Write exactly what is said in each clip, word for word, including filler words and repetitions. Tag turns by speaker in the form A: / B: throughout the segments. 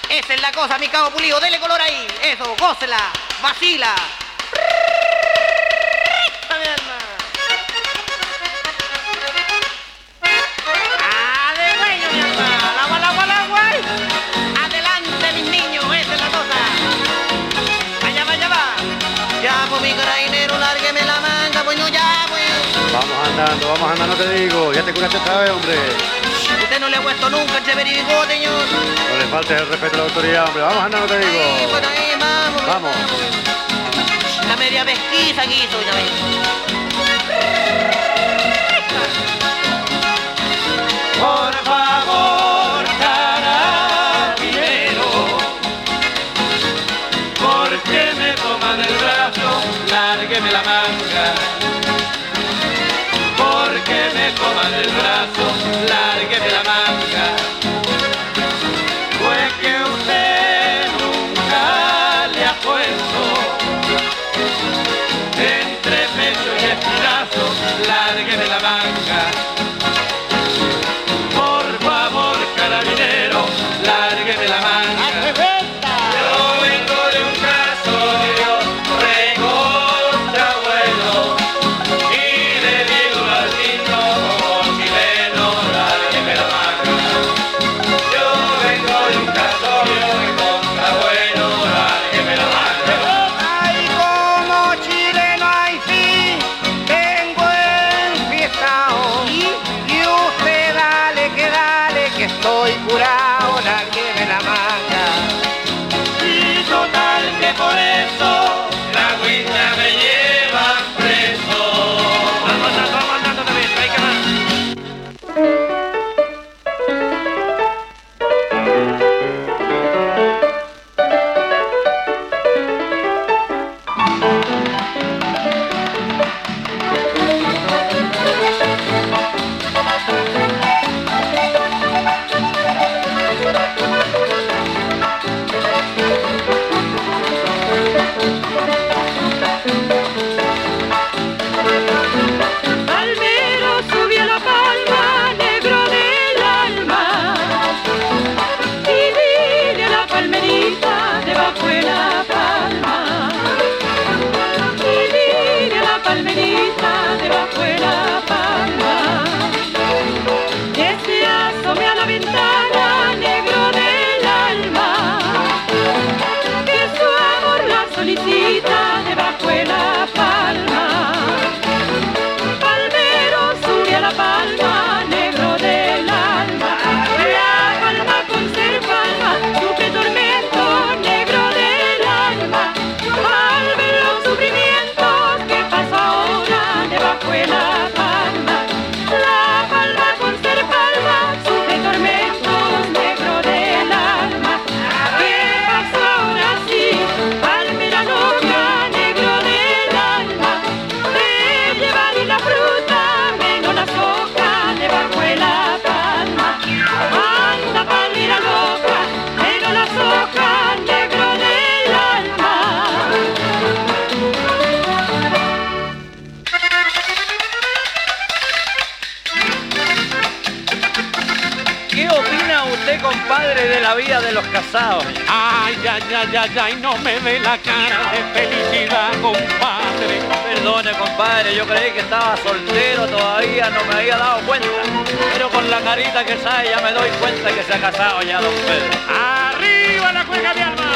A: Esa es la cosa, mi cabo pulido. Dele color ahí. Eso, gócela, vacila. ¡Ah, de bueno, mi alma! ¡La guala, guala, guay! ¡Adelante, mis niños! Esa es la cosa. ¡Vaya, vaya, va! Ya, pues, mi carabinero, lárgueme la manga, pues no, ya, pues.
B: Vamos andando, vamos andando, te digo. Ya te curaste esta vez, hombre.
A: Usted no le ha puesto nunca el cheverigo, señor.
B: No le faltes el respeto a la autoridad, hombre. Vamos andando, te digo.
A: Ahí, por ahí, vamos.
B: Vamos.
A: La media pesquisa que hizo, ya ves.
C: Por favor, carabinero, ¿por qué me toma del brazo? Lárgueme la manga. ¿Por qué me toma del brazo? Lárgueme la manga. Pues que usted nunca le ha puesto entre pecho y espinazo. Lárgueme la manga. Carabinero, lárgueme la manga. Yo vengo de un casorio recontra bueno y de Diego Latino como chileno, lárgueme la manga. Yo vengo de un casorio recontra bueno, lárgueme la manga.
A: Ay, como chileno, ay, sí, vengo enfiestado. Y usted dale que dale que estoy curado, lárgueme la manga.
C: Y total que por eso la agüita me lleva preso.
A: Vamos andando, vamos andando también, hay que más.
D: Palmero subió la palma, negro del alma, y dile a la palmerita debajo de la palma, y dile a la palmerita debajo de la palma, que se asome a la ventana, negro del alma, que su amor la solicita debajo de la palma. Palmero sube a la palma, negro del alma. La palma con ser palma, sufre tormento, negro del alma. Al ver los sufrimientos que pasa ahora debajo de la palma. La palma con ser palma, sufre tormentos, negro del alma. ¿Qué pasa ahora sí? Palmera loca, negro del alma. De llevar y la fruta, menos las hojas debajo de la palma. Anda, palmera loca, menos las hojas, negro del alma.
E: ¿Qué opina usted, compadre, de la vida de los casados?
C: Ay, ay, ay, ay, ay, no me ve la cara de felicidad, compadre.
E: Perdone, compadre, yo creí que estaba soltero todavía, no me había dado cuenta. Pero con la carita que sabe ya me doy cuenta que se ha casado ya, don Pedro.
C: ¡Arriba la cueca, mi alma!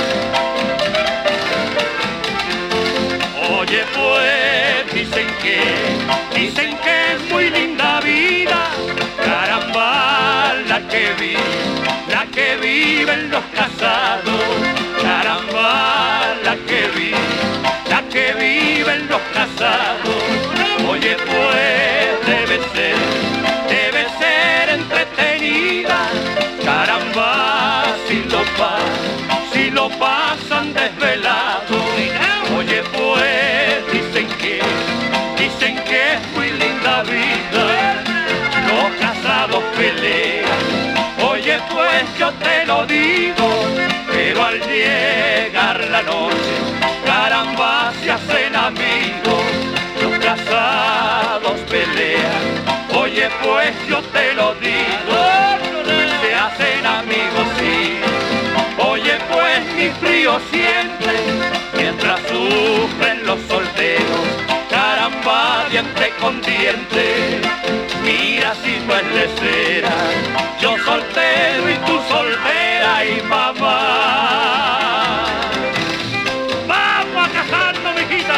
C: Oye, pues, dicen que, dicen que es muy linda vida. Caramba, la que vi, la que viven los casados. Caramba, la que vi, la que viven los casados. Oye, pues, debe ser, debe ser entretenida. Caramba, si lo pa, si lo pasan desvelado. Oye, pues, dicen que, dicen que es muy linda vida. Los casados pelean. Oye, pues, yo te lo digo, pero al llegar la noche, caramba, se hacen amigos. Los casados pelean. Oye, pues, yo te lo digo, se hacen amigos, sí. y frío siente, mientras sufren los solteros, caramba, diente con diente. Mira si no es lecera, yo soltero y tú soltera y mamá. ¡Vamos a casarnos, mijita!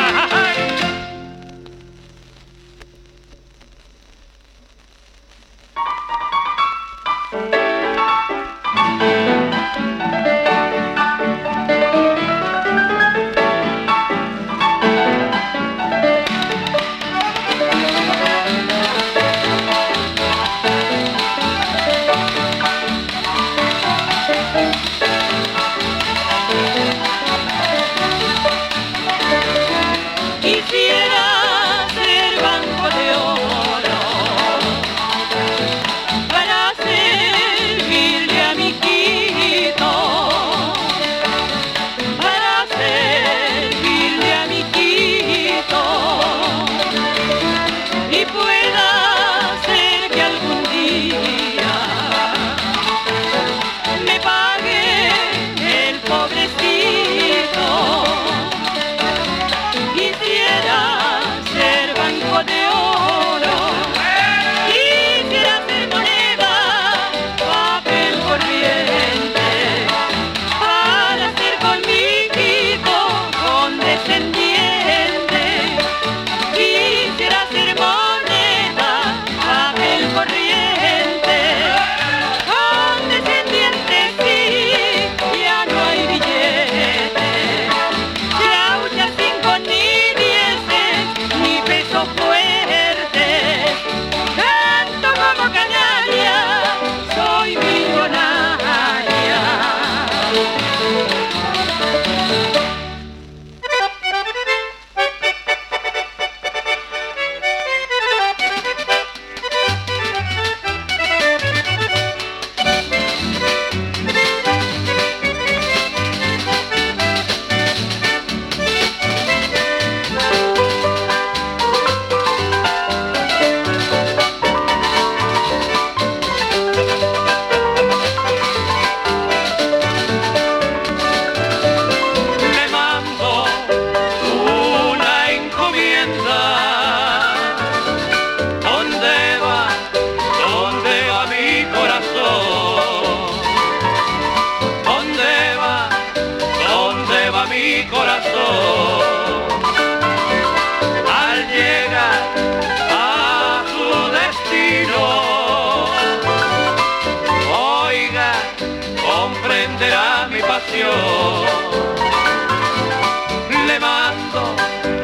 C: Le mando,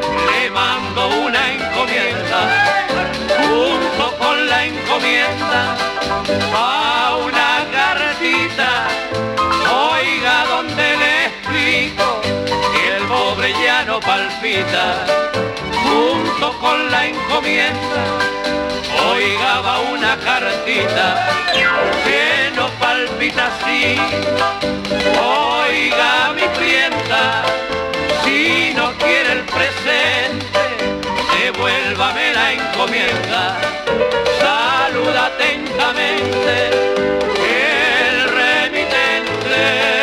C: le mando una encomienda, junto con la encomienda a una cartita, oiga, donde le explico que el pobre ya no palpita, junto con la encomienda, oiga, va una cartita que no palpita así. Oiga, mi clienta, si no quiere el presente, devuélvame la encomienda. Saluda atentamente el remitente.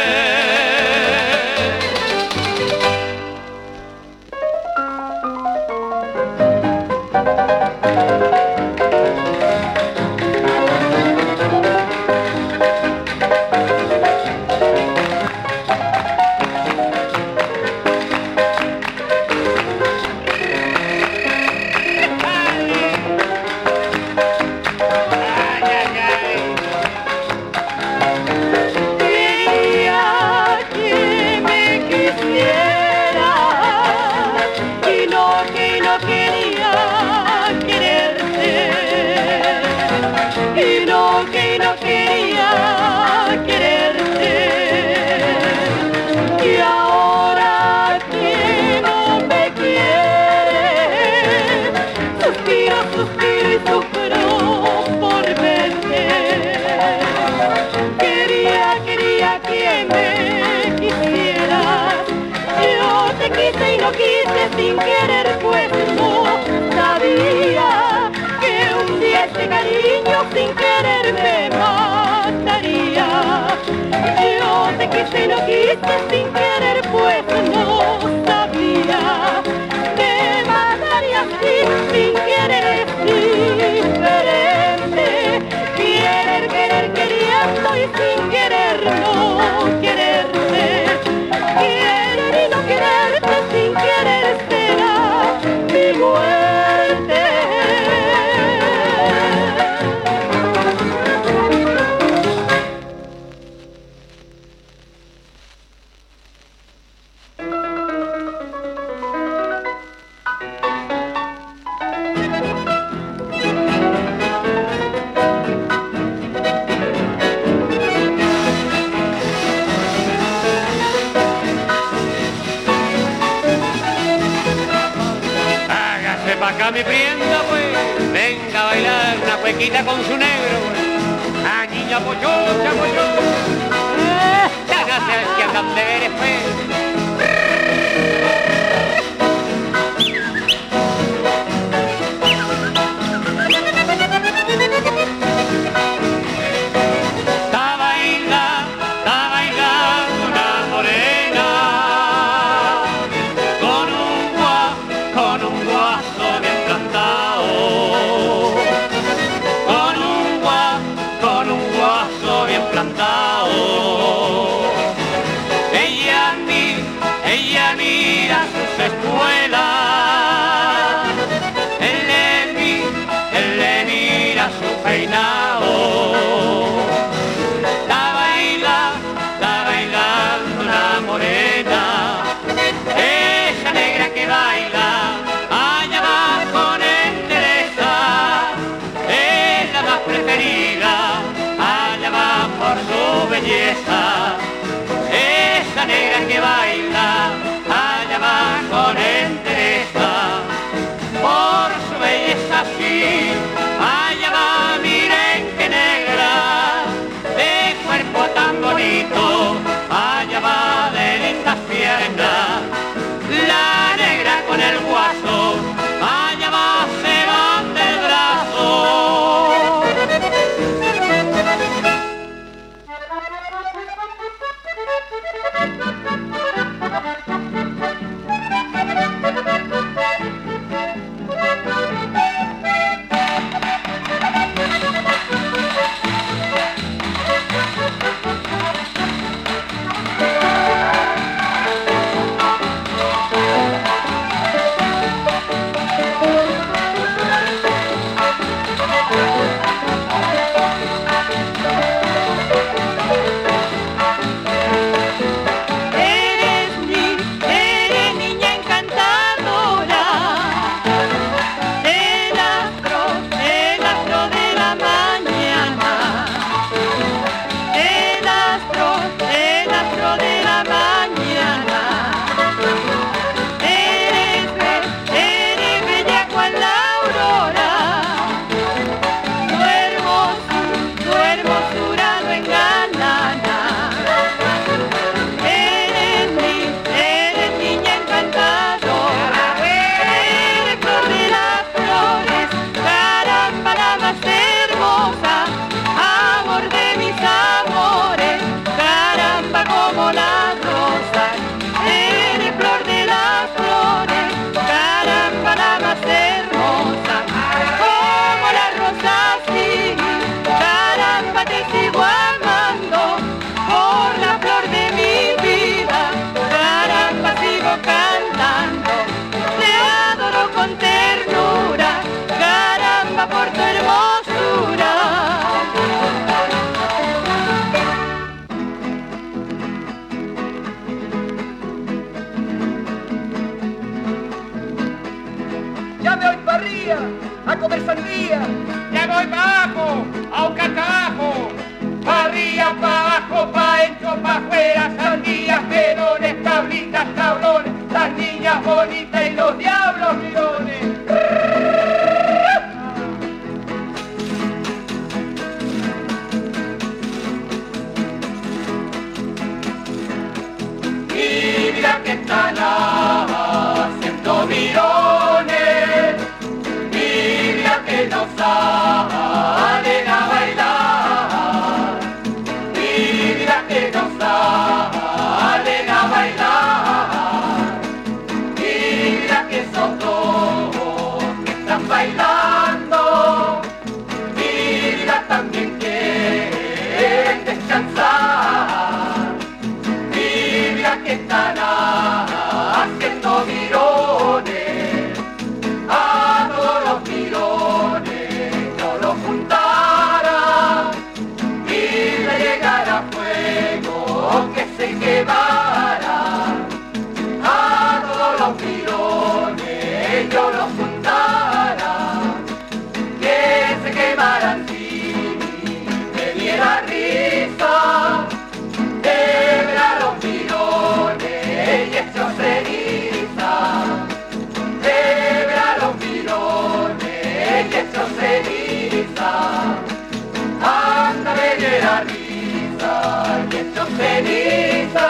C: Venga mi prienda pues, venga a bailar una cuequita con su negro, pues. Ah, niña pochocha, pochocha. Ya no sabes que andan de veres pues.
F: Esa negra que baila, allá va con entereza, por su belleza sí, allá va, miren que negra, de cuerpo tan bonito, allá va de lindas piernas, la negra con el guaso, allá va, se van del brazo.
A: A comer sandía,
F: ya voy pa' abajo, a un catajo, pa' arriba, pa' abajo, pa' dentro, pa' afuera, sandías, perones, tablitas, cabrones, las niñas bonitas y los diablos mirones. Y mira que están haciendo mirones, que no salen a bailar, mira que no salen a bailar, mira que son dos que están bailando, mira también quieren descansar, mira que están haciendo mirones. A todos los mirones yo los juntara y le llegara fuego que se quemara. A todos los mirones yo los juntara que se quemaran sin ceniza.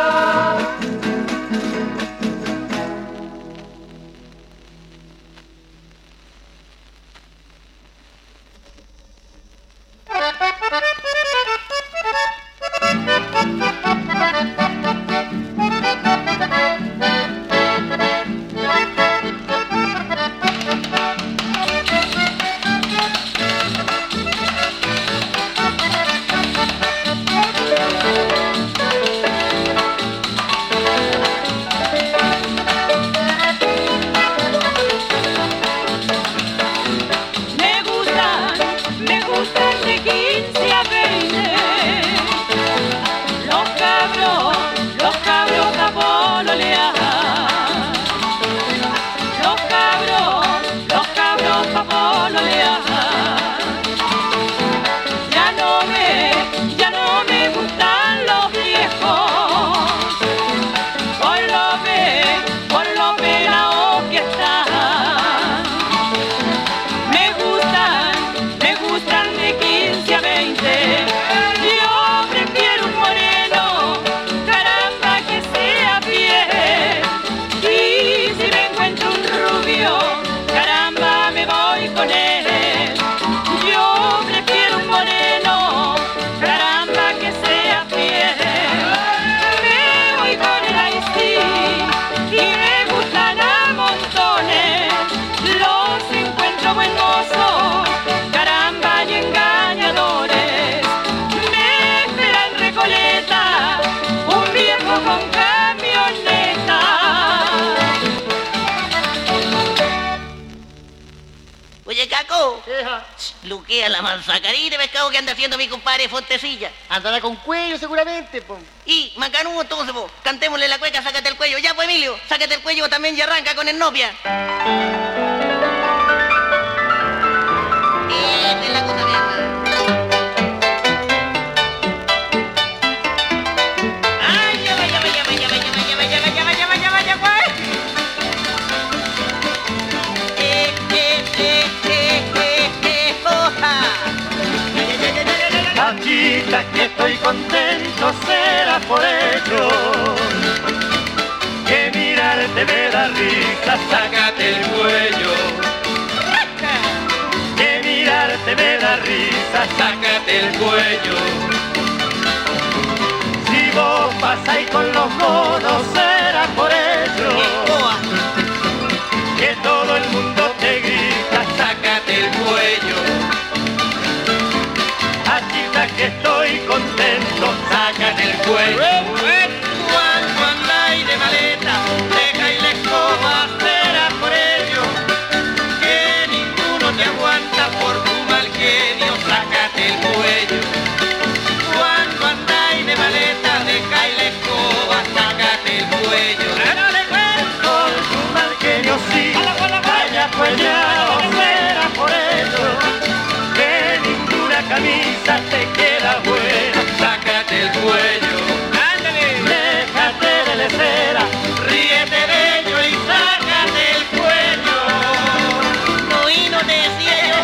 A: Luquea la manzacarita de pescado que anda haciendo mi compadre Fontecilla.
G: Andará con cuello seguramente, po.
A: Y, macanudo, entonces, po, cantémosle la cueca, sácate el cuello. Ya, pues, Emilio, sácate el cuello también y arranca con el novia. Esta es la cosa mierda. ¡Ay, ya va, ya va, ya va, ya va, ya va, ya va, ya va, ya va, ya va, ya va, ya va! Eh, eh, eh, eh, eh, eh, oja.
C: Cachita, que estoy contento será por ello, que mirarte me da risa, sácate el cuello. Que mirarte me da risa, sácate el cuello. Si vos pasáis con los monos será por ello, que todo el mundo te grita, sácate el cuello. Achita, que estoy contento, sácate el cuello.
A: Cuando andáis de maleta, deja y la escoba, será por ello, que ninguno te aguanta por tu mal genio, sácate el cuello. Cuando andáis de maleta, deja y la escoba, sácate el cuello.
C: Por tu mal genio sí, vaya cuellao, será por ello, que ninguna camisa te queda buena, sácate el cuello. Déjate de lecera,
A: Ríete bello y sácate el cuello. No, y no te decía.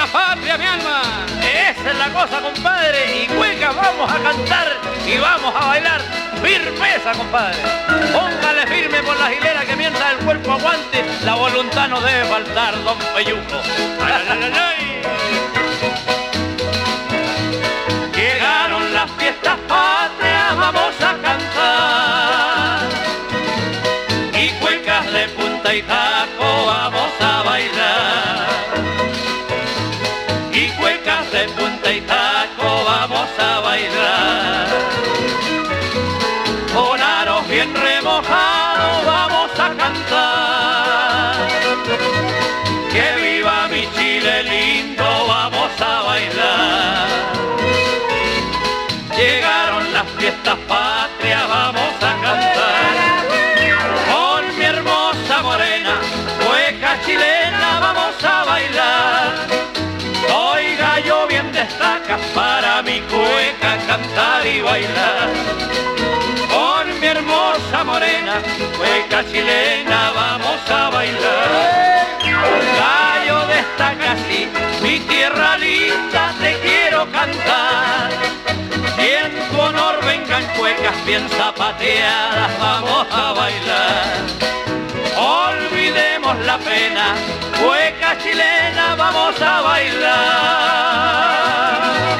C: la patria, mi alma.
E: Esa es la cosa, compadre. Y cueca vamos a cantar y vamos a bailar. Firmeza, compadre. Póngale firme por la hilera que mientras el cuerpo aguante, la voluntad no debe faltar, don Peyuco. Ay, ay, ay, ay. Llegaron las fiestas patrias, vamos a cantar. Y cuecas de punta y taco vamos a bailar. Y cuecas de punta y taco vamos a bailar. Con aros bien remojados vamos a cantar. Que viva mi Chile lindo, vamos a bailar. Llegaron las fiestas patrias, vamos a cantar. Con mi hermosa morena, cueca chilena, vamos a bailar. Oiga, yo bien destaca para mi cueca cantar y bailar. Con mi hermosa morena, cueca chilena, vamos a bailar. Gallo destaca así, mi tierra linda, te quiero cantar. Y en tu honor vengan cuecas bien zapateadas, vamos a bailar. Olvidemos la pena, cueca chilena, vamos a bailar.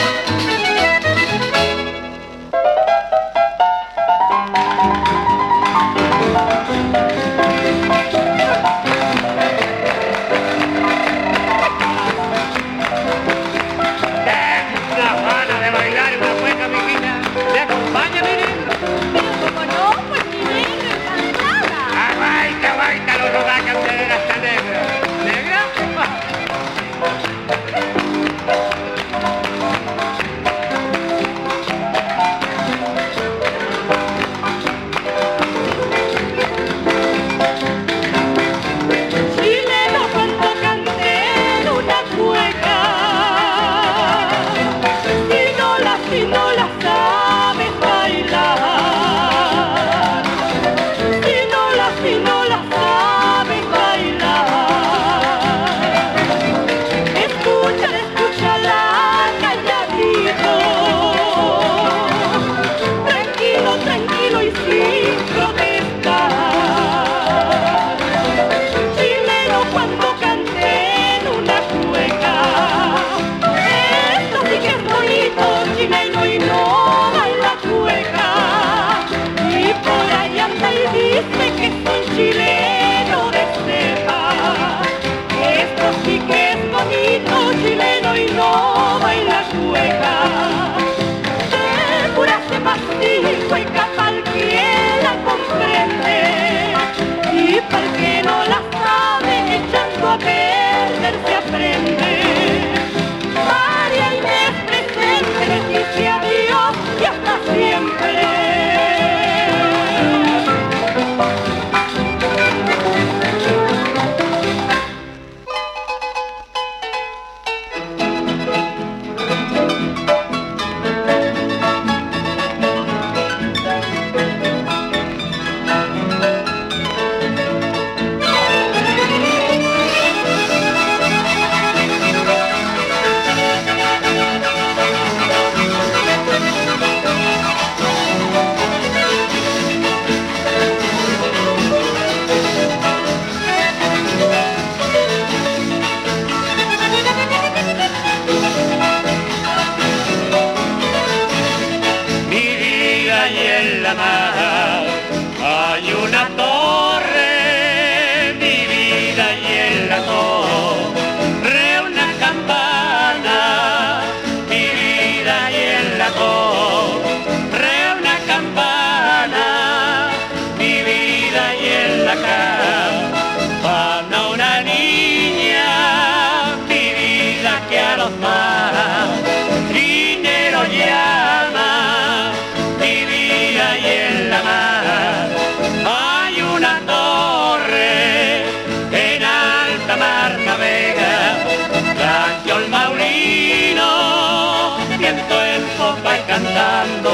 F: Cantando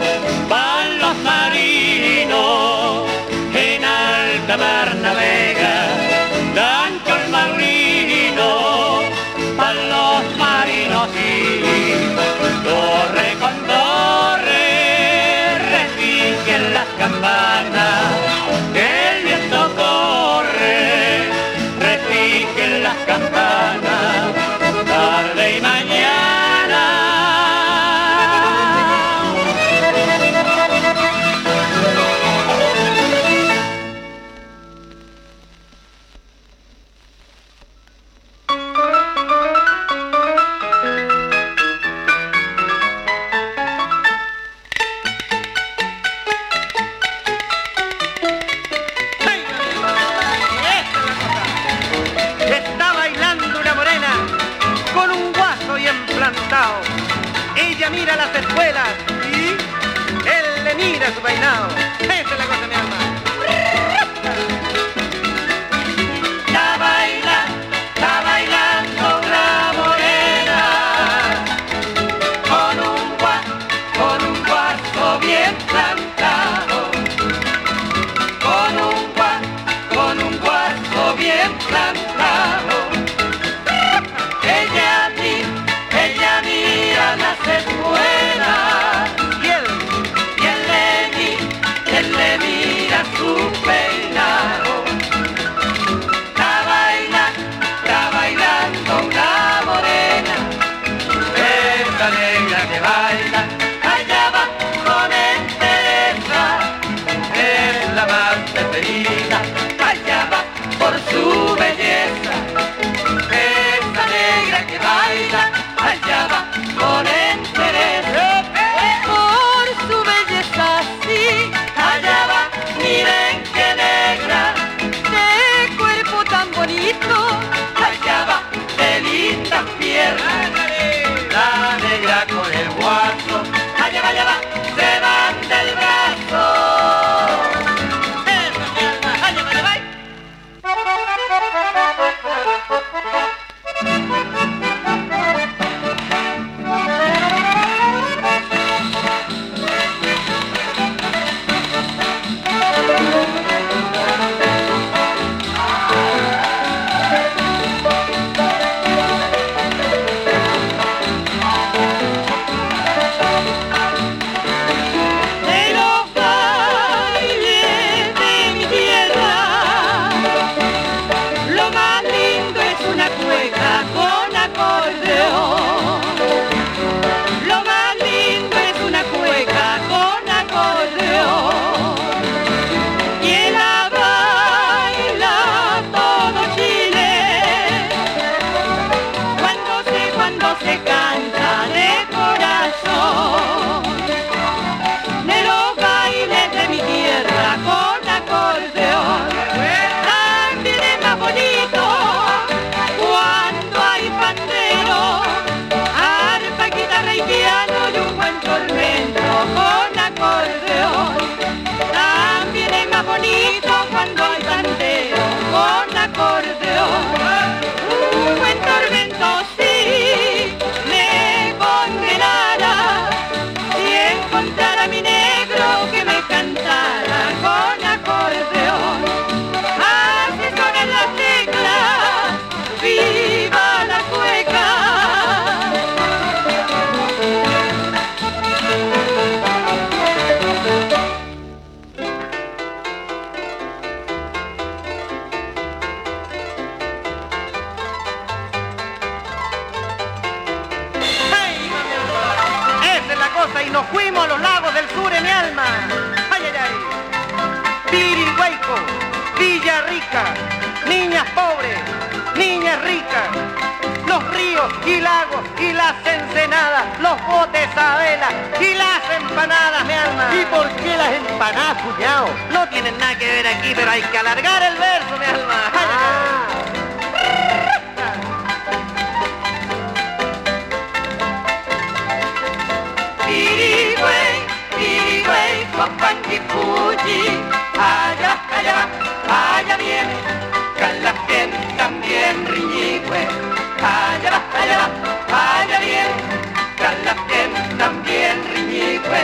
F: van los marinos, en alta mar navega, gancho el maurino, van los
A: ella mira las escuelas y él le mira su peinado. Esa es la cosa, mi alma.
F: Ya baila, está bailando una morena, con un gua, con un guaso bien plantado, con un gua, con un guaso bien plantado. Ella mira, ella mira las escuelas
A: Y él,
F: y él le mira, él le mira su peinado. Está bailando, está bailando una morena, esa negra que baila, allá va con entereza, es la más preferida, allá va por su belleza. Esa negra que baila, allá va con entereza, por su belleza, sí, allá va, miren qué negra, de cuerpo tan bonito, allá va, de lindas piernas, la negra con el guaso, allá va, allá va, se van del brazo. Esa mi alma, allá va, allá va. De los bailes de mi tierra, lo más lindo es una cueca con acordeón. Lo más lindo es una cueca con acordeón. Y la baila todo Chile, cuando se, cuando se canta de corazón. De los bailes de mi tierra con acordeón, también es más bonito cuando hay pandero, arpa, guitarra y piano y un buen tormento con acordeón. También es más bonito cuando hay pandero con acordeón. Un buen tormento sí me condenara si encontrara a mi negro que me cantara con acordeón. Así suenan las teclas, viva la cueca.
A: ¡ay, mi alma! Esa es la cosa y nos fuimos a los lagos del sur en mi alma. ¡Ay, ay, ay! Pirihuaico, Villarrica, niñas pobres, niñas ricas, los ríos y lagos y las ensenadas, los botes a vela y las empanadas, mi alma.
G: ¿Y por qué las empanadas, cuñado?
A: No tienen nada que ver aquí, pero hay que alargar el verso, mi alma. Ay, ay, ay.
F: Pirigüey, pirigüey, Copanquipuchi, allá, allá va, allá viene, Calafén también riñigüe, allá va, allá va, allá viene, Calafén también riñigüe.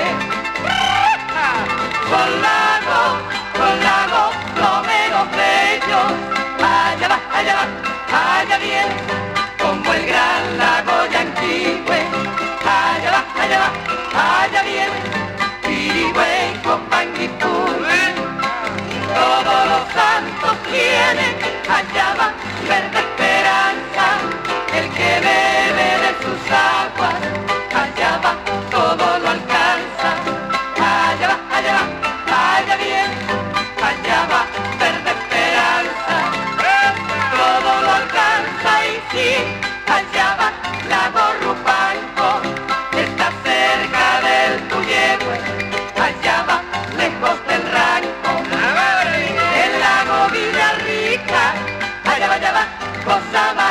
F: Con lago, con lago, plomeros bellos, allá va, allá va, allá viene, como el gran lago Yanquihue, allá va, allá va, allá viene, Pirigüey, Copanquipuchi, todos los santos tienen, allá va, verde esperanza, el que bebe de sus aguas, allá va, todo lo alcanza, allá va, allá va, allá viene, allá va, verde esperanza, todo lo alcanza y sí, allá va, lago Rupanco, está cerca del Tuyehue, allá va, lejos del ranco, el lago Villarrica, allá va, allá va, Cosa